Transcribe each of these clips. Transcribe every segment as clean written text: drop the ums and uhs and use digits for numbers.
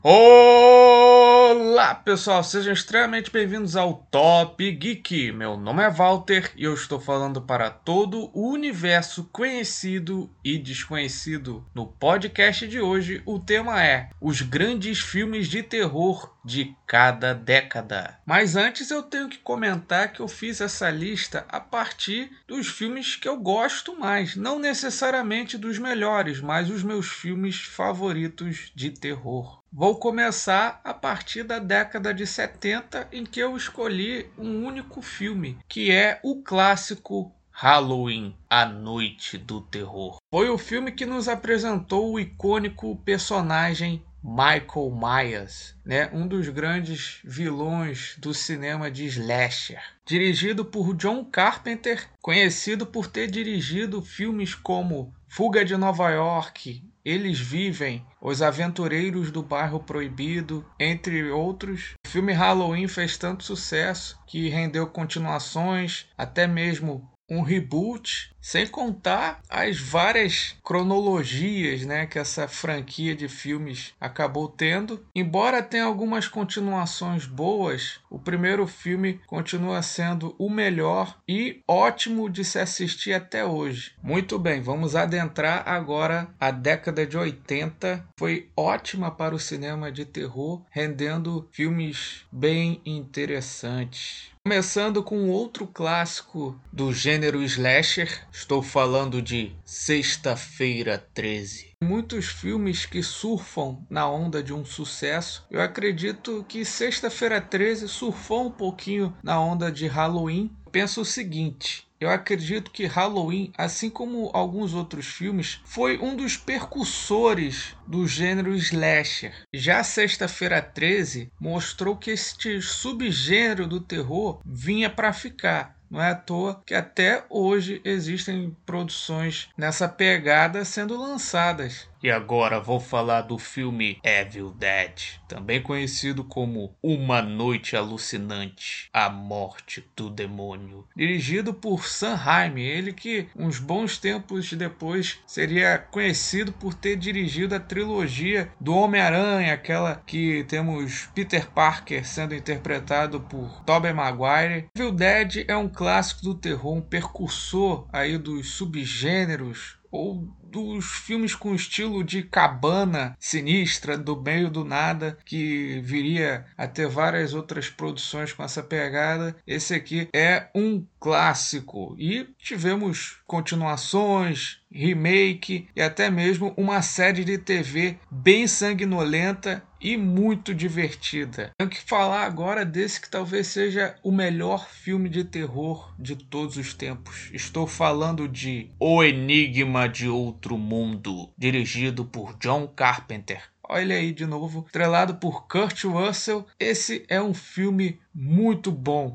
Olá, pessoal, sejam extremamente bem-vindos ao Top Geek. Meu nome é Walter e eu estou falando para todo o universo conhecido e desconhecido. No podcast de hoje, o tema é os grandes filmes de terror de cada década. Mas antes eu tenho que comentar que eu fiz essa lista a partir dos filmes que eu gosto mais, não necessariamente dos melhores, mas os meus filmes favoritos de terror. Vou começar a partir da década de 70, em que eu escolhi um único filme, que é o clássico Halloween, A Noite do Terror. Foi o filme que nos apresentou o icônico personagem Michael Myers, um dos grandes vilões do cinema de slasher. Dirigido por John Carpenter, conhecido por ter dirigido filmes como Fuga de Nova York, Eles Vivem, Os Aventureiros do Bairro Proibido, entre outros. O filme Halloween fez tanto sucesso que rendeu continuações, até mesmo um reboot, sem contar as várias cronologias, que essa franquia de filmes acabou tendo. Embora tenha algumas continuações boas, o primeiro filme continua sendo o melhor e ótimo de se assistir até hoje. Muito bem, vamos adentrar agora a década de 80. Foi ótima para o cinema de terror, rendendo filmes bem interessantes. Começando com outro clássico do gênero slasher, estou falando de Sexta-feira 13. Muitos filmes que surfam na onda de um sucesso. Eu acredito que Sexta-feira 13 surfou um pouquinho na onda de Halloween. Penso o seguinte: eu acredito que Halloween, assim como alguns outros filmes, foi um dos percussores do gênero slasher. Já Sexta-feira 13 mostrou que este subgênero do terror vinha para ficar. Não é à toa que até hoje existem produções nessa pegada sendo lançadas. E agora vou falar do filme Evil Dead, também conhecido como Uma Noite Alucinante, A Morte do Demônio. Dirigido por Sam Raimi, ele que uns bons tempos depois seria conhecido por ter dirigido a trilogia do Homem-Aranha, aquela que temos Peter Parker sendo interpretado por Tobey Maguire. Evil Dead é um clássico do terror, um precursor aí dos subgêneros ou dos filmes com estilo de cabana sinistra do meio do nada, que viria a ter várias outras produções com essa pegada. Esse aqui é um clássico e tivemos continuações, remake e até mesmo uma série de TV bem sanguinolenta e muito divertida. Tenho que falar agora desse que talvez seja o melhor filme de terror de todos os tempos. Estou falando de O Enigma de Outro Mundo, dirigido por John Carpenter. Olha aí de novo, estrelado por Kurt Russell. Esse é um filme muito bom.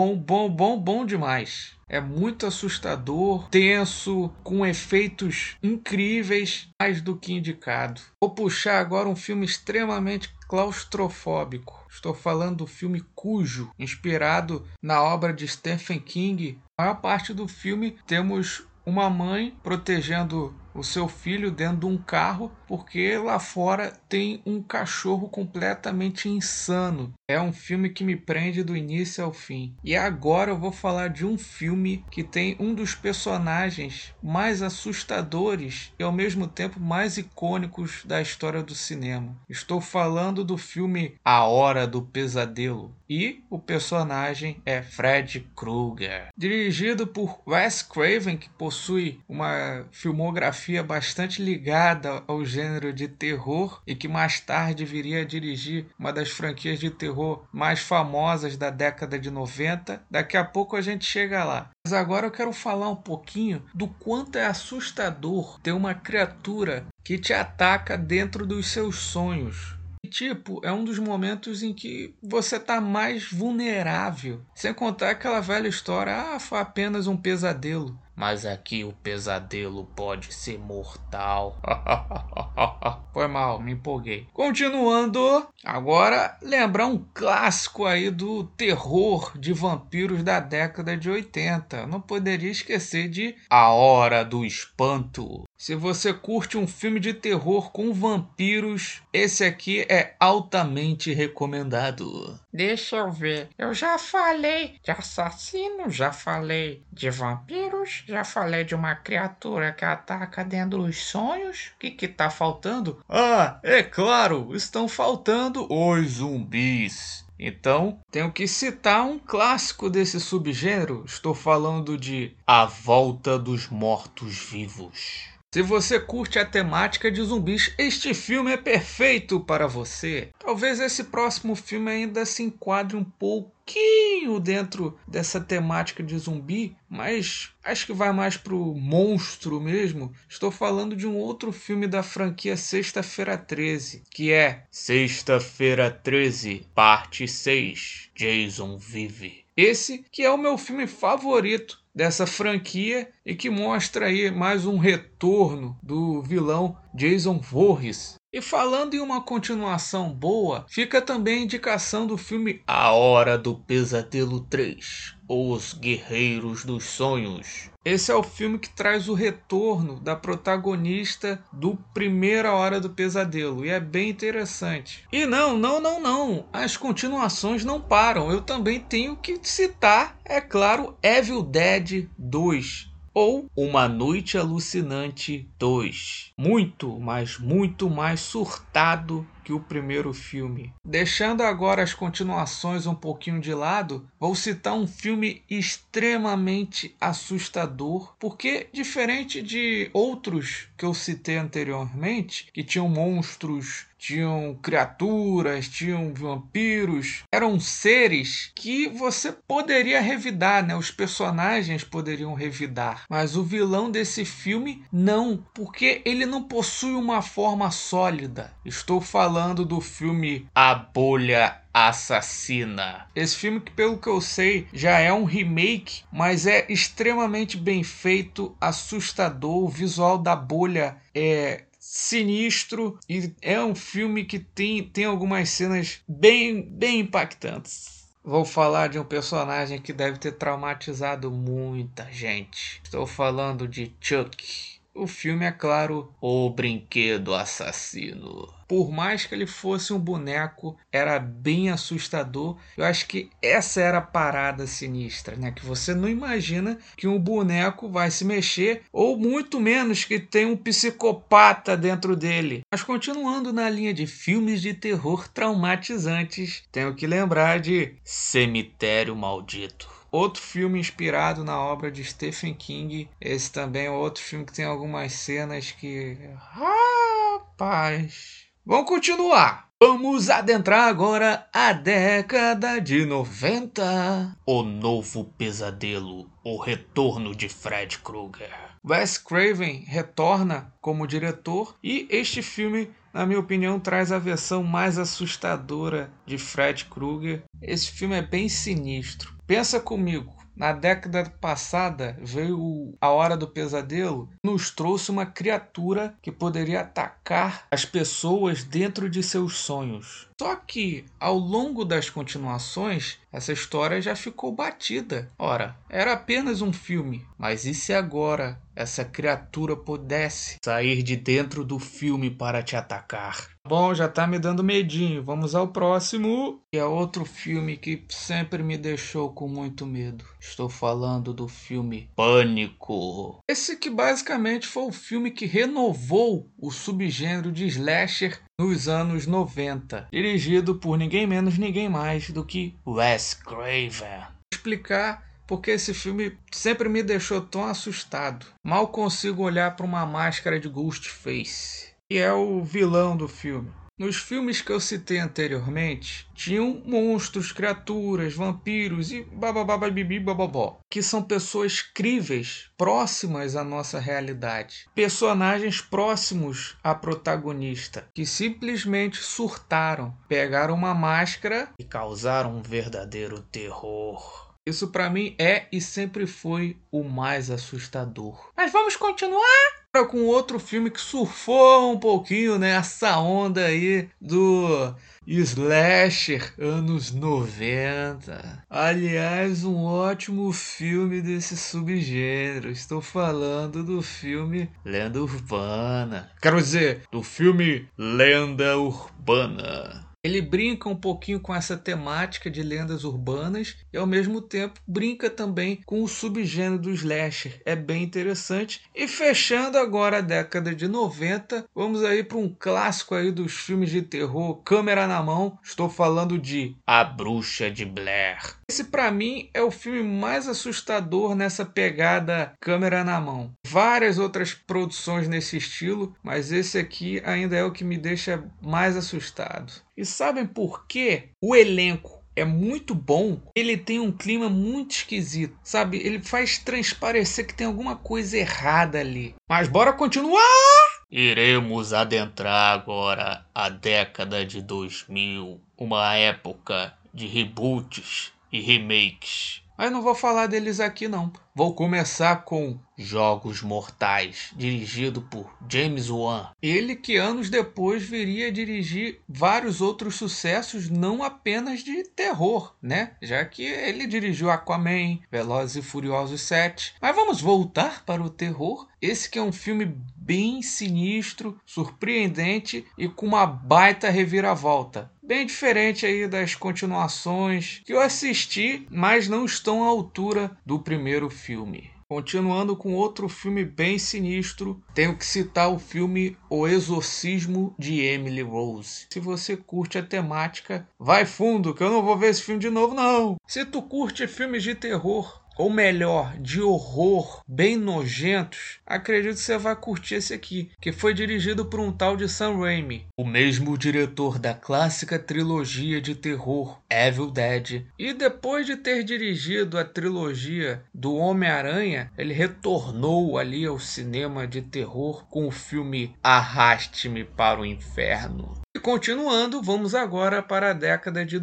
Bom demais. É muito assustador, tenso, com efeitos incríveis, mais do que indicado. Vou puxar agora um filme extremamente claustrofóbico. Estou falando do filme Cujo, inspirado na obra de Stephen King. A maior parte do filme temos uma mãe protegendo o seu filho dentro de um carro, porque lá fora tem um cachorro completamente insano. É um filme que me prende do início ao fim. E agora eu vou falar de um filme que tem um dos personagens mais assustadores e ao mesmo tempo mais icônicos da história do cinema. Estou falando do filme A Hora do Pesadelo. E o personagem é Fred Krueger. Dirigido por Wes Craven, que possui uma filmografia bastante ligada ao gênero de terror e que mais tarde viria a dirigir uma das franquias de terror mais famosas da década de 90. Daqui a pouco a gente chega lá. Mas agora eu quero falar um pouquinho do quanto é assustador ter uma criatura que te ataca dentro dos seus sonhos. É um dos momentos em que você está mais vulnerável. Sem contar aquela velha história, foi apenas um pesadelo. Mas aqui o pesadelo pode ser mortal. Foi mal, me empolguei. Continuando, agora lembrar um clássico aí do terror de vampiros da década de 80. Não poderia esquecer de A Hora do Espanto. Se você curte um filme de terror com vampiros, esse aqui é altamente recomendado. Deixa eu ver. Eu já falei de assassino, já falei de vampiros, já falei de uma criatura que ataca dentro dos sonhos. O que tá faltando? Ah, é claro, estão faltando os zumbis. Então, tenho que citar um clássico desse subgênero. Estou falando de A Volta dos Mortos-Vivos. Se você curte a temática de zumbis, este filme é perfeito para você. Talvez esse próximo filme ainda se enquadre um pouquinho dentro dessa temática de zumbi, mas acho que vai mais pro monstro mesmo. Estou falando de um outro filme da franquia Sexta-feira 13, que é Sexta-feira 13, parte 6, Jason Vive. Esse que é o meu filme favorito dessa franquia e que mostra aí mais um retorno do vilão Jason Voorhees. E falando em uma continuação boa, fica também a indicação do filme A Hora do Pesadelo 3, Os Guerreiros dos Sonhos. Esse é o filme que traz o retorno da protagonista do Primeira Hora do Pesadelo e é bem interessante. E não, as continuações não param. Eu também tenho que citar, é claro, Evil Dead 2. Ou Uma Noite Alucinante 2. Muito mais surtado que o primeiro filme. Deixando agora as continuações um pouquinho de lado, vou citar um filme extremamente assustador, porque diferente de outros que eu citei anteriormente, que tinham monstros, tinham criaturas, tinham vampiros, eram seres que você poderia revidar, né? Os personagens poderiam revidar, mas o vilão desse filme não, porque ele não possui uma forma sólida. Estou falando do filme A Bolha Assassina. Esse filme que, pelo que eu sei, já é um remake, mas é extremamente bem feito, assustador. O visual da bolha é sinistro e é um filme que tem algumas cenas bem impactantes. Vou falar de um personagem que deve ter traumatizado muita gente. Estou falando de Chuck. O filme é, claro, O Brinquedo Assassino. Por mais que ele fosse um boneco, era bem assustador. Eu acho que essa era a parada sinistra, né? Que você não imagina que um boneco vai se mexer, ou muito menos que tem um psicopata dentro dele. Mas continuando na linha de filmes de terror traumatizantes, tenho que lembrar de Cemitério Maldito. Outro filme inspirado na obra de Stephen King. Esse também é outro filme que tem algumas cenas que... Rapaz... Vamos continuar. Vamos adentrar agora a década de 90. O Novo Pesadelo. O Retorno de Fred Krueger. Wes Craven retorna como diretor e este filme, na minha opinião, traz a versão mais assustadora de Fred Krueger. Esse filme é bem sinistro. Pensa comigo. Na década passada veio A Hora do Pesadelo, nos trouxe uma criatura que poderia atacar as pessoas dentro de seus sonhos. Só que, ao longo das continuações, essa história já ficou batida. Ora, era apenas um filme, mas e se agora essa criatura pudesse sair de dentro do filme para te atacar? Bom, já tá me dando medinho. Vamos ao próximo. Que é outro filme que sempre me deixou com muito medo. Estou falando do filme Pânico. Esse que basicamente foi o filme que renovou o subgênero de slasher nos anos 90. Dirigido por ninguém menos, ninguém mais do que Wes Craven. Vou explicar porque esse filme sempre me deixou tão assustado. Mal consigo olhar para uma máscara de Ghostface, que é o vilão do filme. Nos filmes que eu citei anteriormente, tinham monstros, criaturas, vampiros e babababibi bababó, que são pessoas críveis, próximas à nossa realidade. Personagens próximos à protagonista, que simplesmente surtaram, pegaram uma máscara e causaram um verdadeiro terror. Isso pra mim é e sempre foi o mais assustador. Mas vamos continuar? Com outro filme que surfou um pouquinho nessa onda aí do slasher anos 90. Aliás, um ótimo filme desse subgênero. Estou falando do filme Lenda Urbana. Quero dizer, do filme Lenda Urbana. Ele brinca um pouquinho com essa temática de lendas urbanas e ao mesmo tempo brinca também com o subgênero do slasher. É bem interessante. E fechando agora a década de 90, vamos aí para um clássico aí dos filmes de terror, câmera na mão. Estou falando de A Bruxa de Blair. Esse para mim é o filme mais assustador nessa pegada câmera na mão. Várias outras produções nesse estilo, mas esse aqui ainda é o que me deixa mais assustado. E sabem por quê? O elenco é muito bom, ele tem um clima muito esquisito, sabe? Ele faz transparecer que tem alguma coisa errada ali. Mas bora continuar! Iremos adentrar agora a década de 2000, uma época de reboots e remakes. Mas não vou falar deles aqui não. Vou começar com Jogos Mortais, dirigido por James Wan. Ele que anos depois viria a dirigir vários outros sucessos, não apenas de terror, né? Já que ele dirigiu Aquaman, Velozes e Furiosos 7. Mas vamos voltar para o terror. Esse que é um filme bem sinistro, surpreendente e com uma baita reviravolta. Bem diferente aí das continuações que eu assisti, mas não estão à altura do primeiro filme. Continuando com outro filme bem sinistro, tenho que citar o filme O Exorcismo de Emily Rose. Se você curte a temática, vai fundo, que eu não vou ver esse filme de novo não. Se tu curte filmes de terror, ou melhor, de horror, bem nojentos, acredito que você vai curtir esse aqui, que foi dirigido por um tal de Sam Raimi, o mesmo diretor da clássica trilogia de terror Evil Dead. E depois de ter dirigido a trilogia do Homem-Aranha, ele retornou ali ao cinema de terror com o filme Arraste-me para o Inferno. E continuando, vamos agora para a década de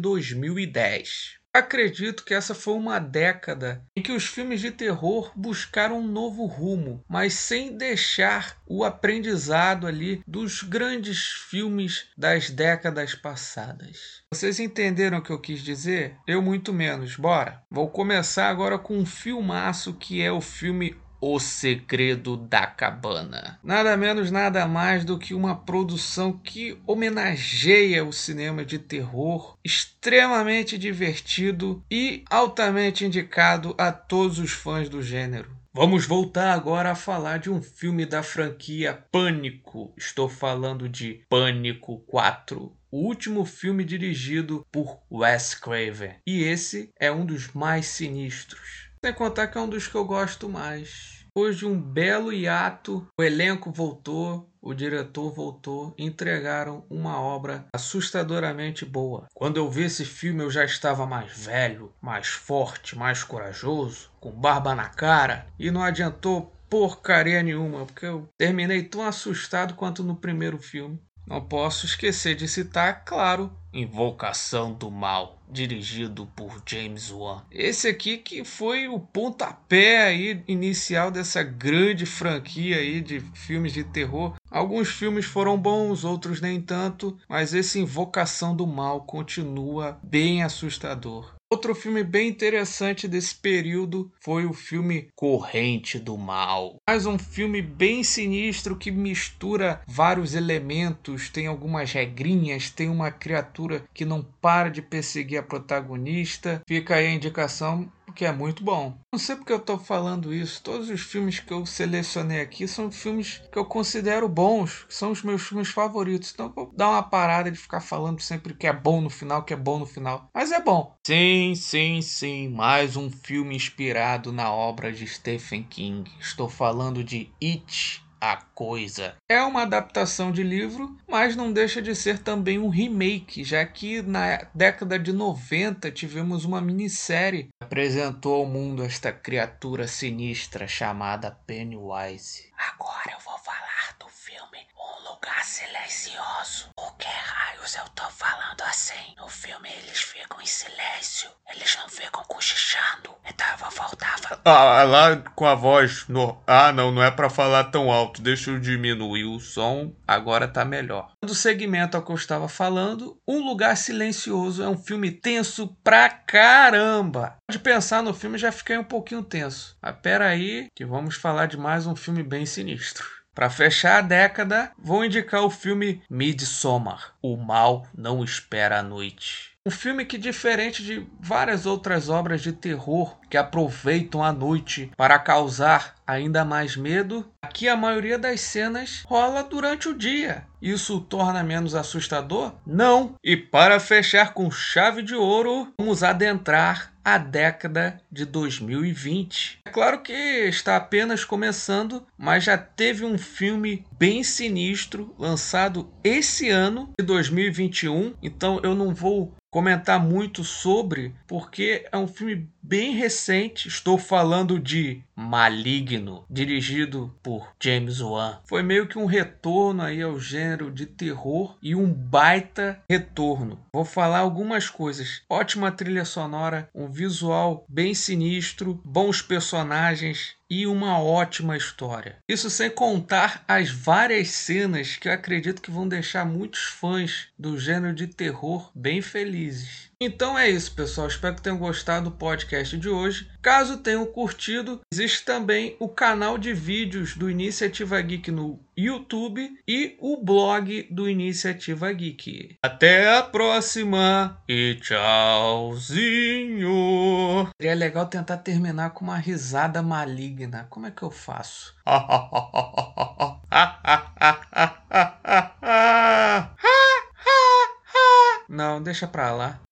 2010. Acredito que essa foi uma década em que os filmes de terror buscaram um novo rumo, mas sem deixar o aprendizado ali dos grandes filmes das décadas passadas. Vocês entenderam o que eu quis dizer? Eu muito menos. Bora! Vou começar agora com um filmaço que é o filme O Segredo da Cabana. Nada menos, nada mais do que uma produção que homenageia o cinema de terror, extremamente divertido e altamente indicado a todos os fãs do gênero. Vamos voltar agora a falar de um filme da franquia Pânico. Estou falando de Pânico 4. O último filme dirigido por Wes Craven. E esse é um dos mais sinistros. Sem contar que é um dos que eu gosto mais. Depois de um belo hiato, o elenco voltou, o diretor voltou e entregaram uma obra assustadoramente boa. Quando eu vi esse filme eu já estava mais velho, mais forte, mais corajoso, com barba na cara e não adiantou porcaria nenhuma, porque eu terminei tão assustado quanto no primeiro filme. Não posso esquecer de citar, claro, Invocação do Mal, dirigido por James Wan. Esse aqui que foi o pontapé aí inicial dessa grande franquia aí de filmes de terror. Alguns filmes foram bons, outros nem tanto, mas esse Invocação do Mal continua bem assustador. Outro filme bem interessante desse período foi o filme Corrente do Mal. Mais um filme bem sinistro que mistura vários elementos, tem algumas regrinhas, tem uma criatura que não para de perseguir a protagonista. Fica aí a indicação, que é muito bom. Não sei porque eu estou falando isso. Todos os filmes que eu selecionei aqui são filmes que eu considero bons, que são os meus filmes favoritos. Então eu vou dar uma parada de ficar falando sempre que é bom no final, que é bom no final. Mas é bom. Sim, sim, sim. Mais um filme inspirado na obra de Stephen King. Estou falando de It, a Coisa. É uma adaptação de livro, mas não deixa de ser também um remake, já que na década de 90 tivemos uma minissérie que apresentou ao mundo esta criatura sinistra chamada Pennywise. Agora eu vou falar do filme Um Lugar silencioso. Por que raios eu tô falando assim? No filme eles ficam em silêncio. Eles não ficam cochichando. Então eu vou voltar. Lá com a voz. Não é pra falar tão alto. Deixa eu diminuir o som. Agora tá melhor. Do segmento ao que eu estava falando, Um Lugar Silencioso é um filme tenso pra caramba. De pensar no filme já fiquei um pouquinho tenso. Mas pera aí que vamos falar de mais um filme bem sinistro. Para fechar a década, vou indicar o filme Midsommar, O Mal Não Espera a Noite. Um filme que, diferente de várias outras obras de terror que aproveitam a noite para causar ainda mais medo, aqui a maioria das cenas rola durante o dia. Isso o torna menos assustador? Não! E para fechar com chave de ouro, vamos adentrar a década de 2020. É claro que está apenas começando, mas já teve um filme bem sinistro lançado esse ano de 2021, então eu não vou comentar muito sobre, porque é um filme bem recente. Estou falando de Maligno, dirigido por James Wan. Foi meio que um retorno aí ao gênero de terror e um baita retorno. Vou falar algumas coisas. Ótima trilha sonora, um visual bem sinistro, bons personagens e uma ótima história. Isso sem contar as várias cenas que eu acredito que vão deixar muitos fãs do gênero de terror bem felizes. Então é isso, pessoal. Espero que tenham gostado do podcast de hoje. Caso tenham curtido, existe também o canal de vídeos do Iniciativa Geek no YouTube e o blog do Iniciativa Geek. Até a próxima e tchauzinho! Seria legal tentar terminar com uma risada maligna. Como é que eu faço? Não, deixa pra lá.